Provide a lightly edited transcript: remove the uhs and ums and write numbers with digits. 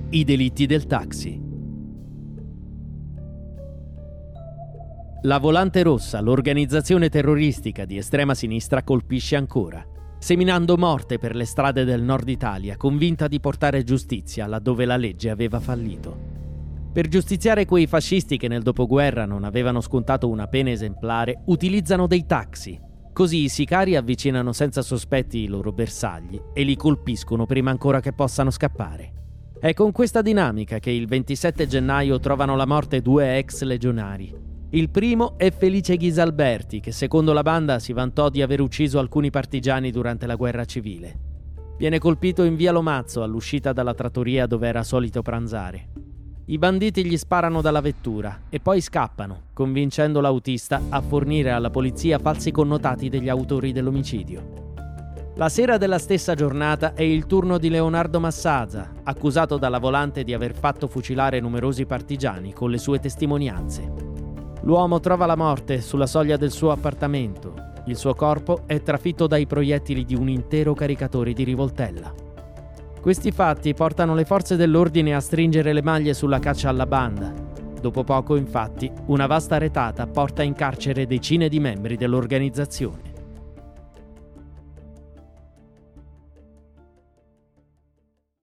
I delitti del taxi. La Volante Rossa, l'organizzazione terroristica di estrema sinistra, colpisce ancora, seminando morte per le strade del nord Italia, convinta di portare giustizia laddove la legge aveva fallito. Per giustiziare quei fascisti che nel dopoguerra non avevano scontato una pena esemplare, utilizzano dei taxi. Così i sicari avvicinano senza sospetti i loro bersagli e li colpiscono prima ancora che possano scappare. È con questa dinamica che il 27 gennaio trovano la morte due ex legionari. Il primo è Felice Ghisalberti, che secondo la banda si vantò di aver ucciso alcuni partigiani durante la guerra civile. Viene colpito in via Lomazzo, all'uscita dalla trattoria dove era solito pranzare. I banditi gli sparano dalla vettura e poi scappano, convincendo l'autista a fornire alla polizia falsi connotati degli autori dell'omicidio. La sera della stessa giornata è il turno di Leonardo Massaza, accusato dalla Volante di aver fatto fucilare numerosi partigiani con le sue testimonianze. L'uomo trova la morte sulla soglia del suo appartamento. Il suo corpo è trafitto dai proiettili di un intero caricatore di rivoltella. Questi fatti portano le forze dell'ordine a stringere le maglie sulla caccia alla banda. Dopo poco, infatti, una vasta retata porta in carcere decine di membri dell'organizzazione.